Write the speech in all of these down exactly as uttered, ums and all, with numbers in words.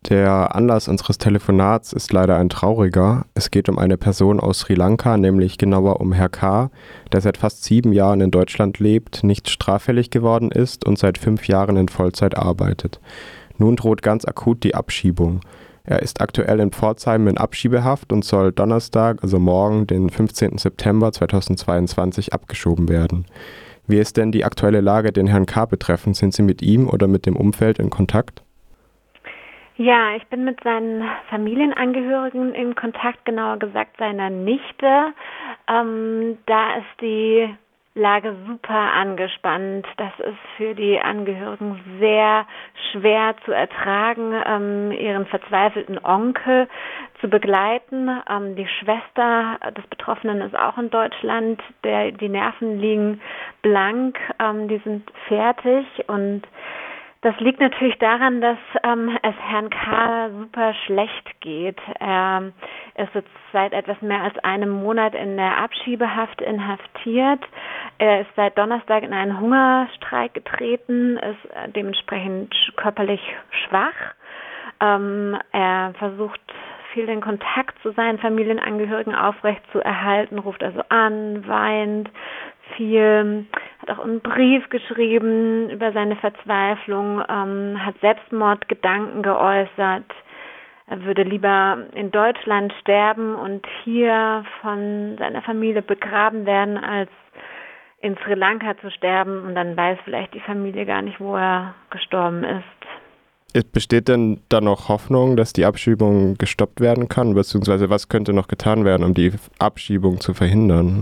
Der Anlass unseres Telefonats ist leider ein trauriger. Es geht um eine Person aus Sri Lanka, nämlich genauer um Herr K., der seit fast sieben Jahren in Deutschland lebt, nicht straffällig geworden ist und seit fünf Jahren in Vollzeit arbeitet. Nun droht ganz akut die Abschiebung. Er ist aktuell in Pforzheim in Abschiebehaft und soll Donnerstag, also morgen, den fünfzehnten September zweitausendzweiundzwanzig, abgeschoben werden. Wie ist denn die aktuelle Lage den Herrn K. betreffend? Sind Sie mit ihm oder mit dem Umfeld in Kontakt? Ja, ich bin mit seinen Familienangehörigen in Kontakt, genauer gesagt seiner Nichte. Ähm, da ist die Lage super angespannt. Das ist für die Angehörigen sehr schwer zu ertragen, ähm, ihren verzweifelten Onkel zu begleiten. Ähm, die Schwester des Betroffenen ist auch in Deutschland. Der, die Nerven liegen blank, ähm, die sind fertig und das liegt natürlich daran, dass ähm, es Herrn K. super schlecht geht. Er ist jetzt seit etwas mehr als einem Monat in der Abschiebehaft inhaftiert. Er ist seit Donnerstag in einen Hungerstreik getreten, ist dementsprechend körperlich schwach. Ähm, er versucht viel den Kontakt zu seinen Familienangehörigen aufrecht zu erhalten, ruft also an, weint viel, hat auch einen Brief geschrieben über seine Verzweiflung, ähm, hat Selbstmordgedanken geäußert. Er würde lieber in Deutschland sterben und hier von seiner Familie begraben werden, als in Sri Lanka zu sterben. Und dann weiß vielleicht die Familie gar nicht, wo er gestorben ist. Besteht denn da noch Hoffnung, dass die Abschiebung gestoppt werden kann? Beziehungsweise was könnte noch getan werden, um die Abschiebung zu verhindern?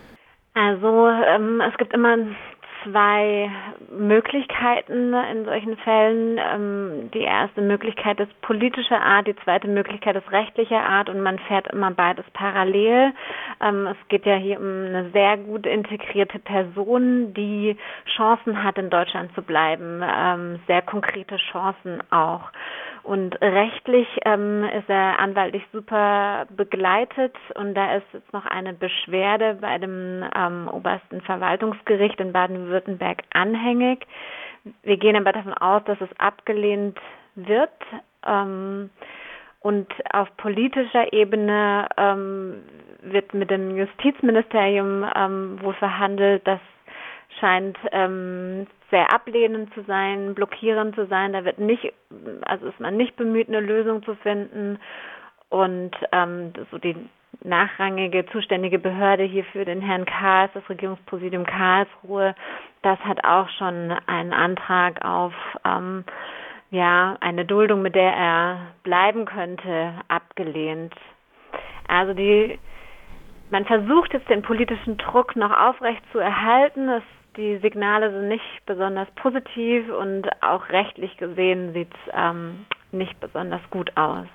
Also ähm, es gibt immer zwei Möglichkeiten in solchen Fällen. Ähm, die erste Möglichkeit ist politischer Art, die zweite Möglichkeit ist rechtlicher Art und man fährt immer beides parallel. Ähm, es geht ja hier um eine sehr gut integrierte Person, die Chancen hat, in Deutschland zu bleiben, ähm, sehr konkrete Chancen auch. Und rechtlich ähm, ist er anwaltlich super begleitet und da ist jetzt noch eine Beschwerde bei dem ähm, obersten Verwaltungsgericht in Baden-Württemberg anhängig. Wir gehen aber davon aus, dass es abgelehnt wird. Ähm, und auf politischer Ebene ähm, wird mit dem Justizministerium ähm, wohl verhandelt, das scheint ähm, sehr ablehnend zu sein, blockierend zu sein. Da wird nicht, also ist man nicht bemüht, eine Lösung zu finden. Und ähm, so die nachrangige zuständige Behörde hier für den Herrn K., das Regierungspräsidium Karlsruhe, das hat auch schon einen Antrag auf ähm, ja eine Duldung, mit der er bleiben könnte, abgelehnt. Also die man versucht jetzt den politischen Druck noch aufrecht zu erhalten. Es Die Signale sind nicht besonders positiv und auch rechtlich gesehen sieht es ähm, nicht besonders gut aus.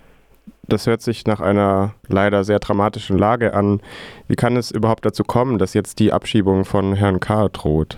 Das hört sich nach einer leider sehr dramatischen Lage an. Wie kann es überhaupt dazu kommen, dass jetzt die Abschiebung von Herrn K. droht?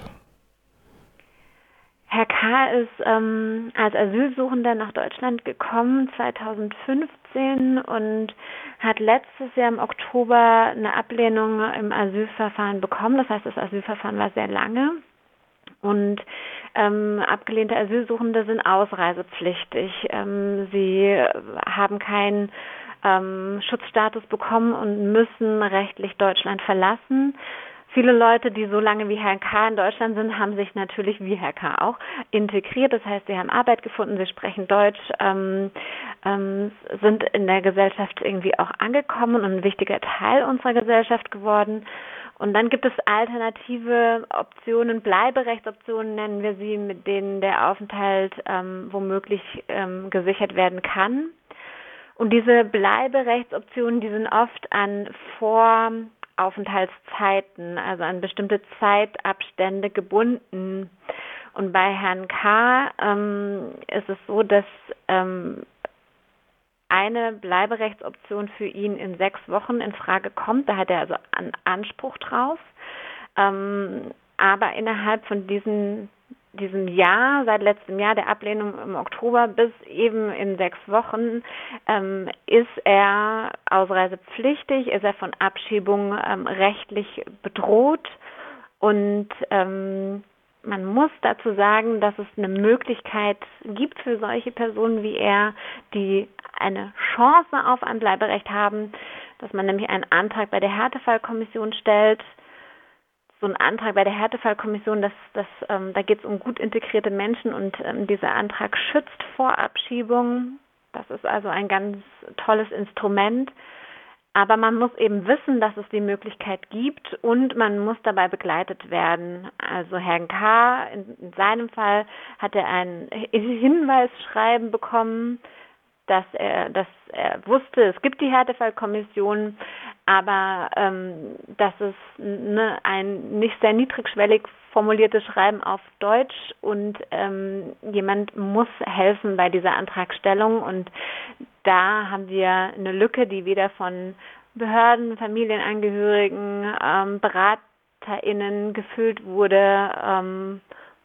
Herr K. ist ähm, als Asylsuchender nach Deutschland gekommen zweitausendfünfzehn und hat letztes Jahr im Oktober eine Ablehnung im Asylverfahren bekommen. Das heißt, das Asylverfahren war sehr lange. Und ähm, abgelehnte Asylsuchende sind ausreisepflichtig. Ähm, sie haben keinen ähm, Schutzstatus bekommen und müssen rechtlich Deutschland verlassen. Viele Leute, die so lange wie Herr K. in Deutschland sind, haben sich natürlich wie Herr K. auch integriert. Das heißt, sie haben Arbeit gefunden, sie sprechen Deutsch, ähm, ähm, sind in der Gesellschaft irgendwie auch angekommen und ein wichtiger Teil unserer Gesellschaft geworden. Und dann gibt es alternative Optionen, Bleiberechtsoptionen nennen wir sie, mit denen der Aufenthalt ähm, womöglich ähm, gesichert werden kann. Und diese Bleiberechtsoptionen, die sind oft an Voraufenthaltszeiten, also an bestimmte Zeitabstände gebunden. Und bei Herrn K. Ähm, ist es so, dass ähm, eine Bleiberechtsoption für ihn in sechs Wochen in Frage kommt. Da hat er also einen Anspruch drauf. Ähm, aber innerhalb von diesen, diesem Jahr, seit letztem Jahr, der Ablehnung im Oktober bis eben in sechs Wochen, ähm, ist er ausreisepflichtig, ist er von Abschiebung ähm, rechtlich bedroht und ähm, man muss dazu sagen, dass es eine Möglichkeit gibt für solche Personen wie er, die eine Chance auf ein Bleiberecht haben, dass man nämlich einen Antrag bei der Härtefallkommission stellt. So ein Antrag bei der Härtefallkommission, das, das, ähm, da geht es um gut integrierte Menschen und ähm, dieser Antrag schützt vor Abschiebung. Das ist also ein ganz tolles Instrument. Aber man muss eben wissen, dass es die Möglichkeit gibt und man muss dabei begleitet werden. Also Herrn K., in, in seinem Fall hat er ein Hinweisschreiben bekommen, dass er, dass er wusste, es gibt die Härtefallkommission, aber ähm, dass es ne, ein nicht sehr niedrigschwellig formuliertes Schreiben auf Deutsch und ähm, jemand muss helfen bei dieser Antragstellung und da haben wir eine Lücke, die weder von Behörden, Familienangehörigen, ähm, BeraterInnen gefüllt wurde. Ähm,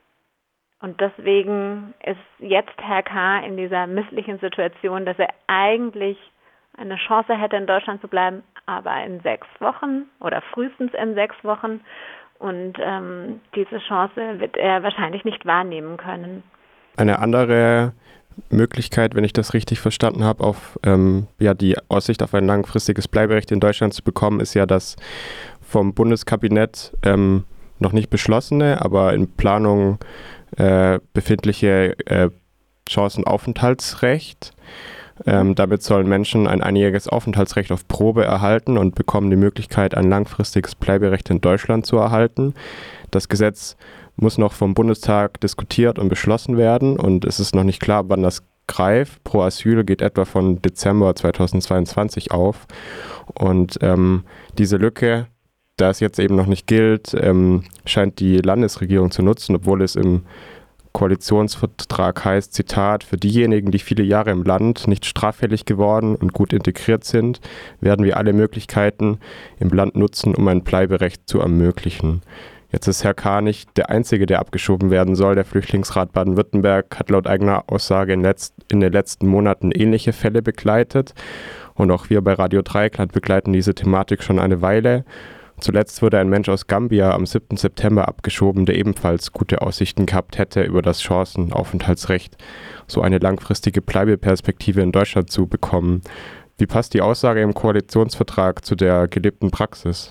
und deswegen ist jetzt Herr K. in dieser misslichen Situation, dass er eigentlich eine Chance hätte, in Deutschland zu bleiben, aber in sechs Wochen oder frühestens in sechs Wochen. Und ähm, diese Chance wird er wahrscheinlich nicht wahrnehmen können. Eine andere Möglichkeit, wenn ich das richtig verstanden habe, auf ähm, ja, die Aussicht auf ein langfristiges Bleiberecht in Deutschland zu bekommen, ist ja das vom Bundeskabinett ähm, noch nicht beschlossene, aber in Planung äh, befindliche äh, Chancenaufenthaltsrecht. Ähm, damit sollen Menschen ein einjähriges Aufenthaltsrecht auf Probe erhalten und bekommen die Möglichkeit, ein langfristiges Bleiberecht in Deutschland zu erhalten. Das Gesetz muss noch vom Bundestag diskutiert und beschlossen werden und es ist noch nicht klar, wann das greift. Pro Asyl geht etwa von Dezember zweitausendzweiundzwanzig auf und ähm, diese Lücke, da es jetzt eben noch nicht gilt, ähm, scheint die Landesregierung zu nutzen, obwohl es im Koalitionsvertrag heißt, Zitat, für diejenigen, die viele Jahre im Land nicht straffällig geworden und gut integriert sind, werden wir alle Möglichkeiten im Land nutzen, um ein Bleiberecht zu ermöglichen. Jetzt ist Herr K. nicht der Einzige, der abgeschoben werden soll. Der Flüchtlingsrat Baden-Württemberg hat laut eigener Aussage in, letzt, in den letzten Monaten ähnliche Fälle begleitet. Und auch wir bei Radio Dreieckland begleiten diese Thematik schon eine Weile. Zuletzt wurde ein Mensch aus Gambia am siebten September abgeschoben, der ebenfalls gute Aussichten gehabt hätte, über das Chancenaufenthaltsrecht so eine langfristige Bleibeperspektive in Deutschland zu bekommen. Wie passt die Aussage im Koalitionsvertrag zu der gelebten Praxis?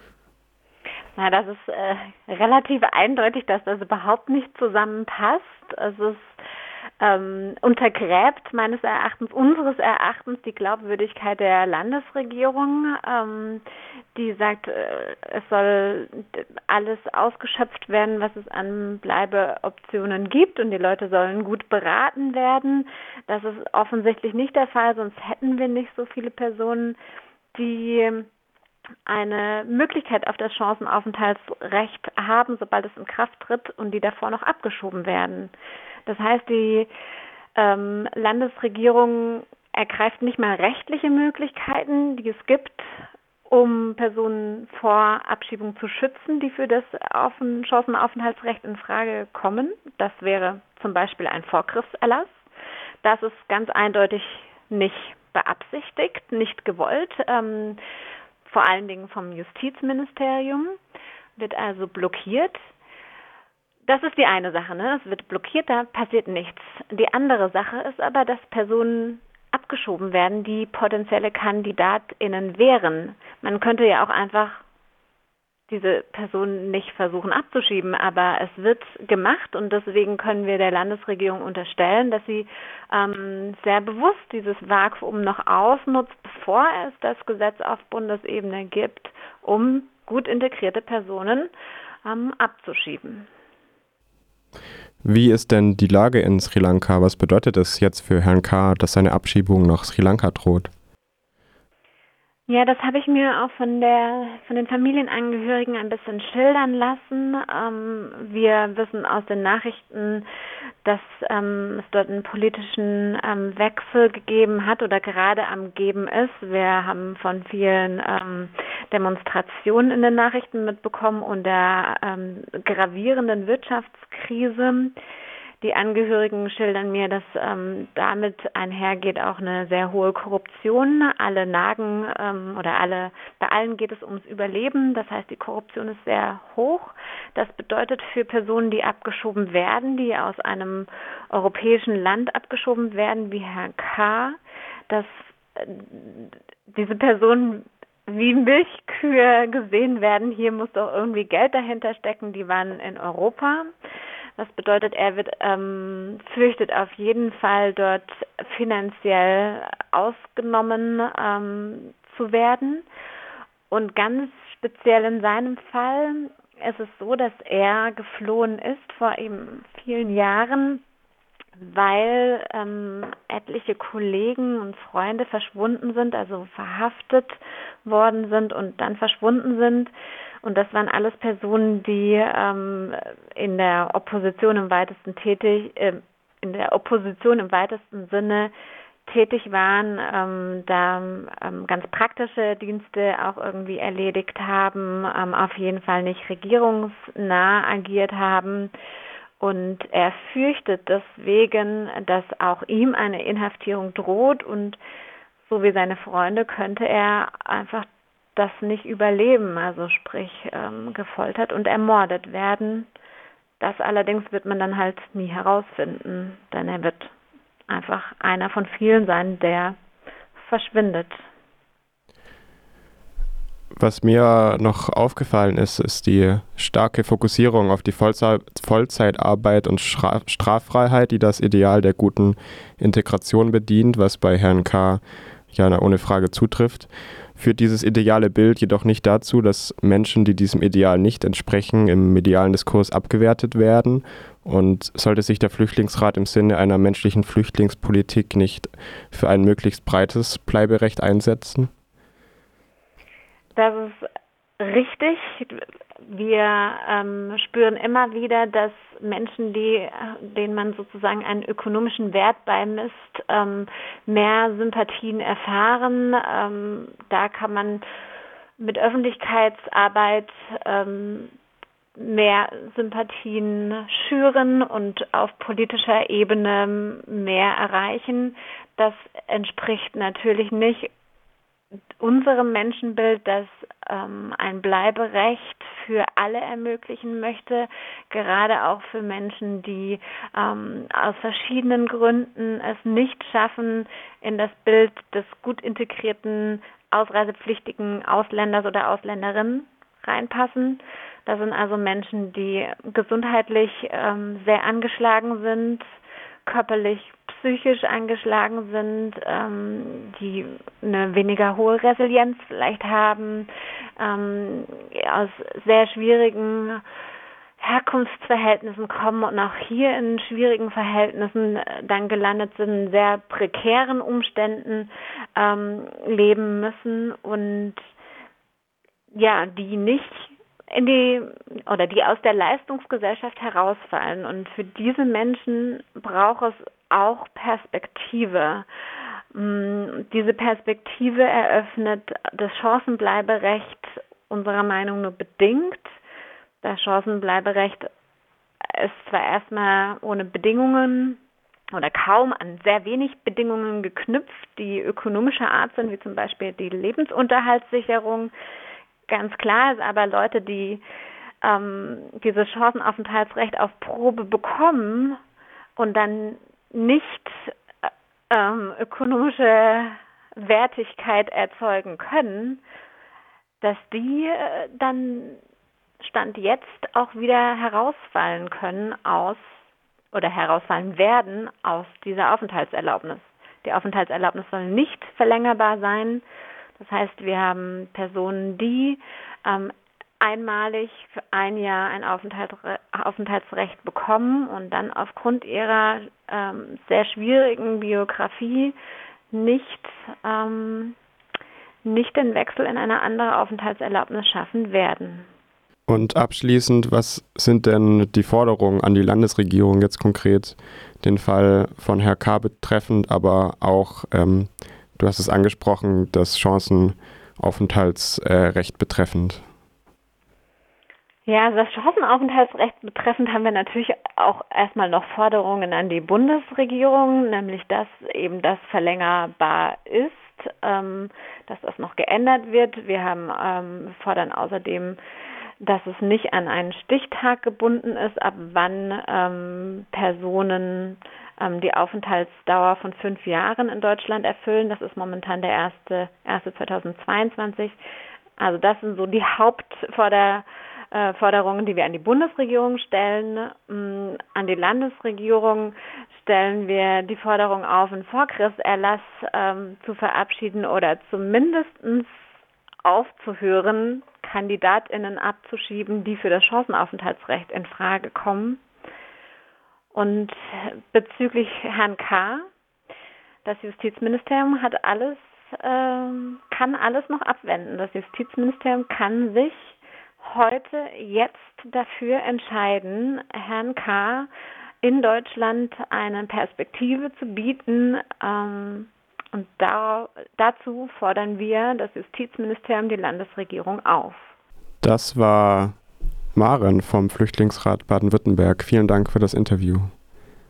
Na, das ist äh, relativ eindeutig, dass das überhaupt nicht zusammenpasst. Es ist ähm, untergräbt meines Erachtens, unseres Erachtens die Glaubwürdigkeit der Landesregierung, ähm, die sagt, äh, es soll alles ausgeschöpft werden, was es an Bleibeoptionen gibt und die Leute sollen gut beraten werden. Das ist offensichtlich nicht der Fall, sonst hätten wir nicht so viele Personen, die eine Möglichkeit auf das Chancenaufenthaltsrecht haben, sobald es in Kraft tritt und die davor noch abgeschoben werden. Das heißt, die ähm, Landesregierung ergreift nicht mal rechtliche Möglichkeiten, die es gibt, um Personen vor Abschiebung zu schützen, die für das Chancenaufenthaltsrecht in Frage kommen. Das wäre zum Beispiel ein Vorgriffserlass. Das ist ganz eindeutig nicht beabsichtigt, nicht gewollt. Ähm, vor allen Dingen vom Justizministerium, wird also blockiert. Das ist die eine Sache, ne? Es wird blockiert, da passiert nichts. Die andere Sache ist aber, dass Personen abgeschoben werden, die potenzielle KandidatInnen wären. Man könnte ja auch einfach diese Personen nicht versuchen abzuschieben, aber es wird gemacht und deswegen können wir der Landesregierung unterstellen, dass sie ähm, sehr bewusst dieses Vakuum noch ausnutzt, bevor es das Gesetz auf Bundesebene gibt, um gut integrierte Personen ähm, abzuschieben. Wie ist denn die Lage in Sri Lanka? Was bedeutet es jetzt für Herrn K., dass seine Abschiebung nach Sri Lanka droht? Ja, das habe ich mir auch von der von den Familienangehörigen ein bisschen schildern lassen. Ähm, wir wissen aus den Nachrichten, dass ähm, es dort einen politischen ähm, Wechsel gegeben hat oder gerade am geben ist. Wir haben von vielen ähm, Demonstrationen in den Nachrichten mitbekommen und der ähm, gravierenden Wirtschaftskrise, Die Angehörigen schildern mir, dass ähm, damit einhergeht auch eine sehr hohe Korruption. Alle nagen ähm, oder alle, bei allen geht es ums Überleben. Das heißt, die Korruption ist sehr hoch. Das bedeutet für Personen, die abgeschoben werden, die aus einem europäischen Land abgeschoben werden, wie Herr K., dass äh, diese Personen wie Milchkühe gesehen werden. Hier muss doch irgendwie Geld dahinter stecken. Die waren in Europa. Das bedeutet, er wird ähm, fürchtet auf jeden Fall dort finanziell ausgenommen ähm, zu werden. Und ganz speziell in seinem Fall ist es so, dass er geflohen ist vor eben vielen Jahren, weil ähm, etliche Kollegen und Freunde verschwunden sind, also verhaftet worden sind und dann verschwunden sind. Und das waren alles Personen, die ähm, in der Opposition im weitesten tätig, äh, in der Opposition im weitesten Sinne tätig waren, ähm, da ähm, ganz praktische Dienste auch irgendwie erledigt haben, ähm, auf jeden Fall nicht regierungsnah agiert haben. Und er fürchtet deswegen, dass auch ihm eine Inhaftierung droht und so wie seine Freunde könnte er einfach das nicht überleben, also sprich ähm, gefoltert und ermordet werden. Das allerdings wird man dann halt nie herausfinden, denn er wird einfach einer von vielen sein, der verschwindet. Was mir noch aufgefallen ist, ist die starke Fokussierung auf die Vollzeit- Vollzeitarbeit und Stra- Straffreiheit, die das Ideal der guten Integration bedient, was bei Herrn K. ja ohne Frage zutrifft. Führt dieses ideale Bild jedoch nicht dazu, dass Menschen, die diesem Ideal nicht entsprechen, im medialen Diskurs abgewertet werden? Und sollte sich der Flüchtlingsrat im Sinne einer menschlichen Flüchtlingspolitik nicht für ein möglichst breites Bleiberecht einsetzen? Das ist richtig. Wir ähm, spüren immer wieder, dass Menschen, die, denen man sozusagen einen ökonomischen Wert beimisst, ähm, mehr Sympathien erfahren. Ähm, da kann man mit Öffentlichkeitsarbeit ähm, mehr Sympathien schüren und auf politischer Ebene mehr erreichen. Das entspricht natürlich nicht unserem Menschenbild, das ähm, ein Bleiberecht für alle ermöglichen möchte, gerade auch für Menschen, die ähm, aus verschiedenen Gründen es nicht schaffen, in das Bild des gut integrierten, ausreisepflichtigen Ausländers oder Ausländerin reinpassen. Das sind also Menschen, die gesundheitlich ähm, sehr angeschlagen sind, körperlich, psychisch angeschlagen sind, ähm, die eine weniger hohe Resilienz vielleicht haben, ähm, aus sehr schwierigen Herkunftsverhältnissen kommen und auch hier in schwierigen Verhältnissen dann gelandet sind, in sehr prekären Umständen ähm, leben müssen und ja, die nicht in die oder die aus der Leistungsgesellschaft herausfallen. Und für diese Menschen braucht es auch Perspektive. Diese Perspektive eröffnet das Chancenbleiberecht unserer Meinung nur bedingt. Das Chancenbleiberecht ist zwar erstmal ohne Bedingungen oder kaum an sehr wenig Bedingungen geknüpft, die ökonomischer Art sind, wie zum Beispiel die Lebensunterhaltssicherung. Ganz klar ist aber, Leute, die ähm, dieses Chancenaufenthaltsrecht auf Probe bekommen und dann nicht ähm, ökonomische Wertigkeit erzeugen können, dass die äh, dann Stand jetzt auch wieder herausfallen können aus oder herausfallen werden aus dieser Aufenthaltserlaubnis. Die Aufenthaltserlaubnis soll nicht verlängerbar sein. Das heißt, wir haben Personen, die ähm, einmalig für ein Jahr ein Aufenthalt, Aufenthaltsrecht bekommen und dann aufgrund ihrer ähm, sehr schwierigen Biografie nicht, ähm, nicht den Wechsel in eine andere Aufenthaltserlaubnis schaffen werden. Und abschließend, was sind denn die Forderungen an die Landesregierung jetzt konkret, den Fall von Herr K. betreffend, aber auch ähm, du hast es angesprochen, das Chancenaufenthaltsrecht betreffend? Ja, also das Chancenaufenthaltsrecht betreffend haben wir natürlich auch erstmal noch Forderungen an die Bundesregierung, nämlich dass eben das verlängerbar ist, ähm, dass das noch geändert wird. Wir haben ähm, fordern außerdem, dass es nicht an einen Stichtag gebunden ist, ab wann ähm, Personen ähm, die Aufenthaltsdauer von fünf Jahren in Deutschland erfüllen. Das ist momentan der erste, erste zweitausendzweiundzwanzig. Also das sind so die Hauptforderungen, äh, Forderungen, die wir an die Bundesregierung stellen. Ähm, an die Landesregierung stellen wir die Forderung auf, einen Vorgriffserlass ähm, zu verabschieden oder zumindest aufzuhören, KandidatInnen abzuschieben, die für das Chancenaufenthaltsrecht in Frage kommen. Und bezüglich Herrn K., das Justizministerium hat alles, äh, kann alles noch abwenden. Das Justizministerium kann sich heute, jetzt dafür entscheiden, Herrn K. in Deutschland eine Perspektive zu bieten. Ähm, und da, dazu fordern wir das Justizministerium, die Landesregierung auf. Das war Maren vom Flüchtlingsrat Baden-Württemberg. Vielen Dank für das Interview.